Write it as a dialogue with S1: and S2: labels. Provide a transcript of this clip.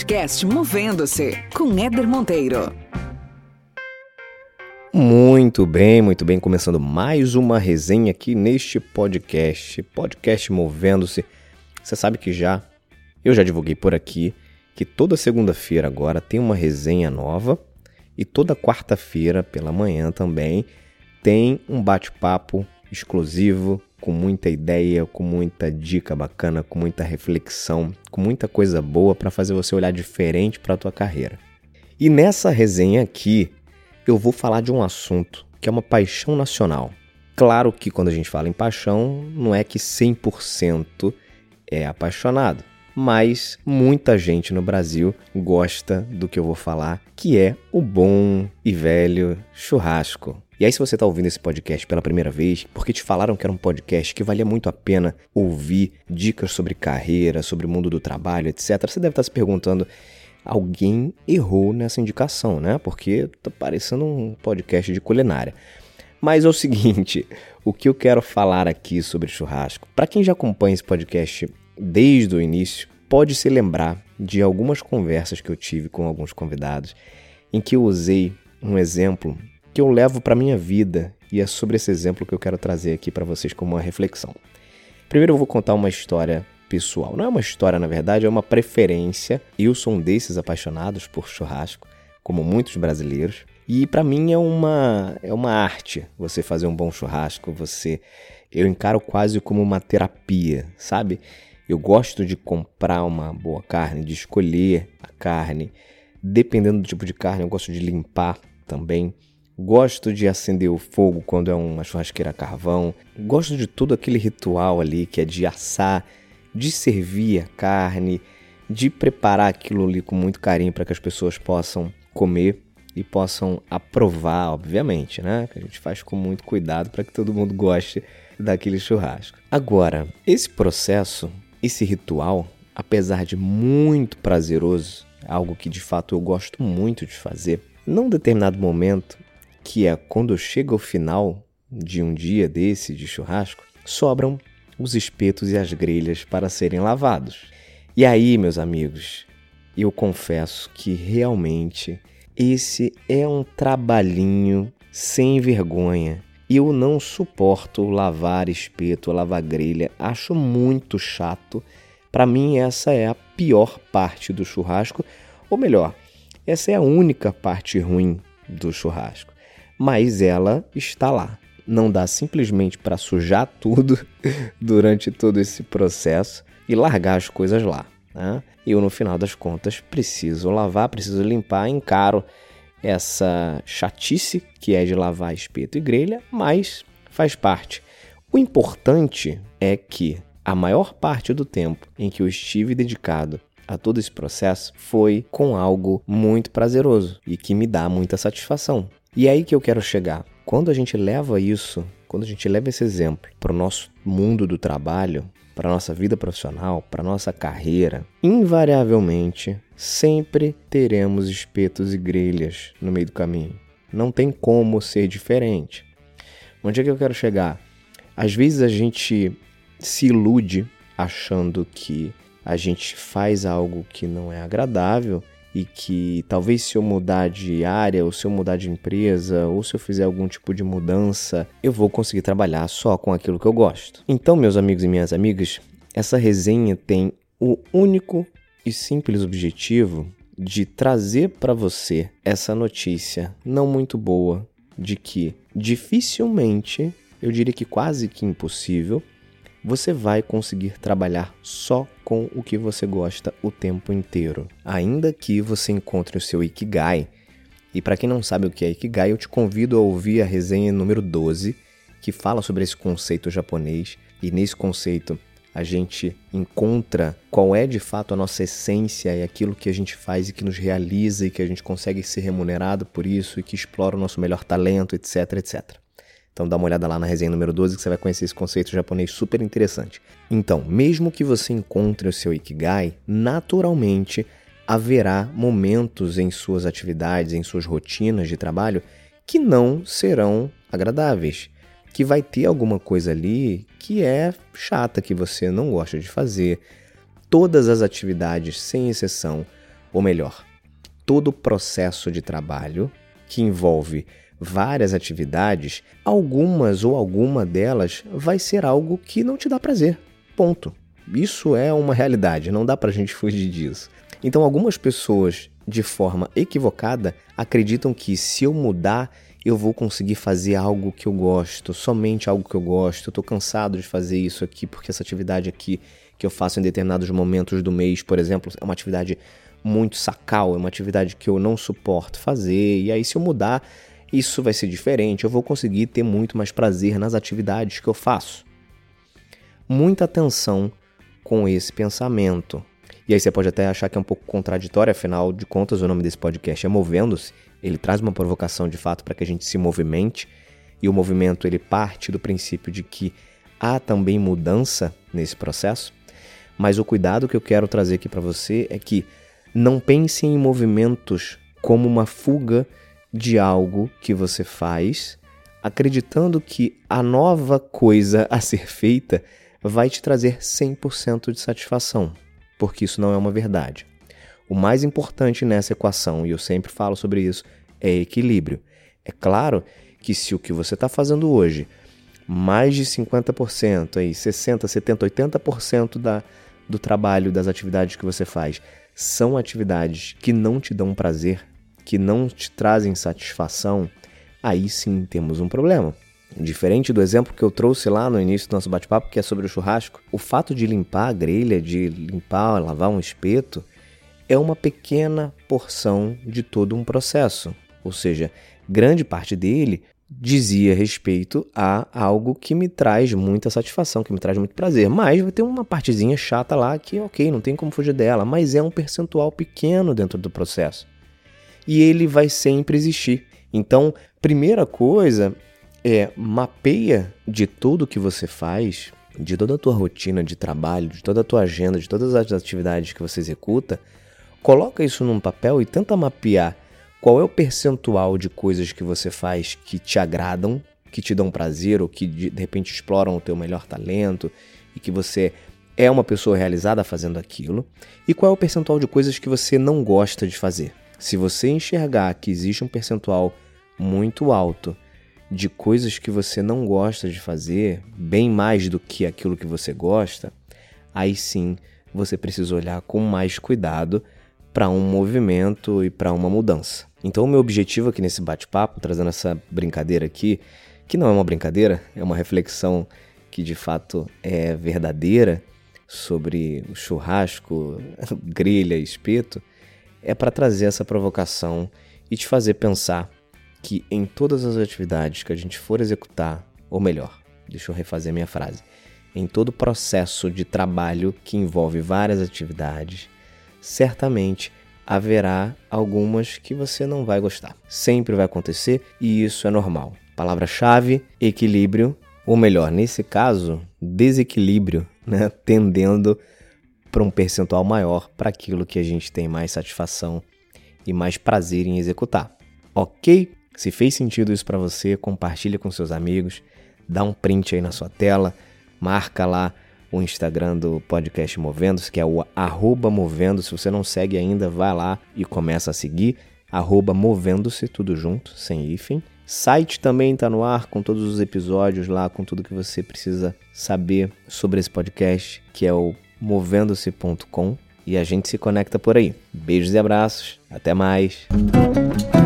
S1: podcast Movendo-se, com Éder Monteiro.
S2: Muito bem, começando mais uma resenha aqui neste podcast Movendo-se. Você sabe que eu já divulguei por aqui que toda segunda-feira agora tem uma resenha nova e toda quarta-feira pela manhã também tem um bate-papo exclusivo, com muita ideia, com muita dica bacana, com muita reflexão, com muita coisa boa para fazer você olhar diferente para a tua carreira. E nessa resenha aqui, eu vou falar de um assunto que é uma paixão nacional. Claro que quando a gente fala em paixão, não é que 100% é apaixonado, mas muita gente no Brasil gosta do que eu vou falar, que é o bom e velho churrasco. E aí, se você está ouvindo esse podcast pela primeira vez, porque te falaram que era um podcast que valia muito a pena ouvir dicas sobre carreira, sobre o mundo do trabalho, etc., você deve estar se perguntando, alguém errou nessa indicação, né? Porque tá parecendo um podcast de culinária. Mas é o seguinte, o que eu quero falar aqui sobre churrasco, para quem já acompanha esse podcast desde o início, pode se lembrar de algumas conversas que eu tive com alguns convidados, em que eu usei um exemplo que eu levo para minha vida, e é sobre esse exemplo que eu quero trazer aqui para vocês como uma reflexão. Primeiro eu vou contar uma história pessoal. Não é uma história, na verdade, é uma preferência. Eu sou um desses apaixonados por churrasco, como muitos brasileiros, e para mim é uma arte você fazer um bom churrasco. Eu encaro quase como uma terapia, sabe? Eu gosto de comprar uma boa carne, de escolher a carne. Dependendo do tipo de carne, eu gosto de limpar também. Gosto de acender o fogo quando é uma churrasqueira a carvão. Gosto de todo aquele ritual ali que é de assar, de servir a carne, de preparar aquilo ali com muito carinho para que as pessoas possam comer e possam aprovar, obviamente, né? Que a gente faz com muito cuidado para que todo mundo goste daquele churrasco. Agora, esse processo, esse ritual, apesar de muito prazeroso, algo que de fato eu gosto muito de fazer, num determinado momento, que é quando chega o final de um dia desse de churrasco, sobram os espetos e as grelhas para serem lavados. E aí, meus amigos, eu confesso que realmente esse é um trabalhinho sem vergonha. Eu não suporto lavar espeto, lavar grelha, acho muito chato. Para mim, essa é a pior parte do churrasco, ou melhor, essa é a única parte ruim do churrasco. Mas ela está lá. Não dá simplesmente para sujar tudo durante todo esse processo e largar as coisas lá, né? Eu, no final das contas, preciso lavar, preciso limpar, encaro essa chatice que é de lavar espeto e grelha, mas faz parte. O importante é que a maior parte do tempo em que eu estive dedicado a todo esse processo foi com algo muito prazeroso e que me dá muita satisfação. E é aí que eu quero chegar. Quando a gente leva esse exemplo para o nosso mundo do trabalho, para a nossa vida profissional, para a nossa carreira, invariavelmente, sempre teremos espetos e grelhas no meio do caminho. Não tem como ser diferente. Onde é que eu quero chegar? Às vezes a gente se ilude achando que a gente faz algo que não é agradável e que talvez se eu mudar de área, ou se eu mudar de empresa, ou se eu fizer algum tipo de mudança, eu vou conseguir trabalhar só com aquilo que eu gosto. Então, meus amigos e minhas amigas, essa resenha tem o único e simples objetivo de trazer para você essa notícia não muito boa de que dificilmente, eu diria que quase que impossível, você vai conseguir trabalhar só com o que você gosta o tempo inteiro. Ainda que você encontre o seu Ikigai. E para quem não sabe o que é Ikigai, eu te convido a ouvir a resenha número 12, que fala sobre esse conceito japonês. E nesse conceito a gente encontra qual é de fato a nossa essência e aquilo que a gente faz e que nos realiza e que a gente consegue ser remunerado por isso e que explora o nosso melhor talento, etc, etc. Então dá uma olhada lá na resenha número 12 que você vai conhecer esse conceito japonês super interessante. Então, mesmo que você encontre o seu Ikigai, naturalmente haverá momentos em suas atividades, em suas rotinas de trabalho que não serão agradáveis, que vai ter alguma coisa ali que é chata, que você não gosta de fazer. Todas as atividades, sem exceção, Ou melhor, todo processo de trabalho que envolve várias atividades, algumas ou alguma delas vai ser algo que não te dá prazer. Ponto. Isso é uma realidade, não dá pra gente fugir disso. Então, algumas pessoas, de forma equivocada, acreditam que se eu mudar, eu vou conseguir fazer algo que eu gosto, somente algo que eu gosto. Eu tô cansado de fazer isso aqui, porque essa atividade aqui que eu faço em determinados momentos do mês, por exemplo, é uma atividade muito sacal, é uma atividade que eu não suporto fazer, e aí se eu mudar, isso vai ser diferente, eu vou conseguir ter muito mais prazer nas atividades que eu faço. Muita atenção com esse pensamento. E aí você pode até achar que é um pouco contraditório, afinal de contas o nome desse podcast é Movendo-se, ele traz uma provocação de fato para que a gente se movimente, e o movimento ele parte do princípio de que há também mudança nesse processo, mas o cuidado que eu quero trazer aqui para você é que não pense em movimentos como uma fuga de algo que você faz, acreditando que a nova coisa a ser feita vai te trazer 100% de satisfação, porque isso não é uma verdade. O mais importante nessa equação, e eu sempre falo sobre isso, é equilíbrio. É claro que se o que você está fazendo hoje, mais de 50%, aí 60%, 70%, 80% do trabalho, das atividades que você faz, são atividades que não te dão prazer, que não te trazem satisfação, aí sim temos um problema. Diferente do exemplo que eu trouxe lá no início do nosso bate-papo, que é sobre o churrasco, o fato de limpar a grelha, de limpar, lavar um espeto, é uma pequena porção de todo um processo. Ou seja, grande parte dele dizia respeito a algo que me traz muita satisfação, que me traz muito prazer. Mas vai ter uma partezinha chata lá que, ok, não tem como fugir dela, mas é um percentual pequeno dentro do processo. E ele vai sempre existir. Então, primeira coisa mapeia de tudo que você faz, de toda a tua rotina de trabalho, de toda a tua agenda, de todas as atividades que você executa, coloca isso num papel e tenta mapear qual é o percentual de coisas que você faz que te agradam, que te dão prazer ou que de repente exploram o teu melhor talento e que você é uma pessoa realizada fazendo aquilo, e qual é o percentual de coisas que você não gosta de fazer. Se você enxergar que existe um percentual muito alto de coisas que você não gosta de fazer, bem mais do que aquilo que você gosta, aí sim você precisa olhar com mais cuidado para um movimento e para uma mudança. Então o meu objetivo aqui nesse bate-papo, trazendo essa brincadeira aqui, que não é uma brincadeira, é uma reflexão que de fato é verdadeira sobre o churrasco, grelha, espeto, é para trazer essa provocação e te fazer pensar que em todas as atividades que a gente for executar, ou melhor, deixa eu refazer minha frase, em todo processo de trabalho que envolve várias atividades, certamente haverá algumas que você não vai gostar. Sempre vai acontecer e isso é normal. Palavra-chave, equilíbrio, ou melhor, nesse caso, desequilíbrio, né? Tendendo para um percentual maior para aquilo que a gente tem mais satisfação e mais prazer em executar. Ok? Se fez sentido isso para você, compartilha com seus amigos, dá um print aí na sua tela, marca lá o Instagram do podcast Movendo-se, que é o @Movendo-se. Se você não segue ainda, vai lá e começa a seguir, @Movendo-se, tudo junto, sem hífen. Site também está no ar, com todos os episódios lá, com tudo que você precisa saber sobre esse podcast, que é o movendose.com, e a gente se conecta por aí. Beijos e abraços, até mais!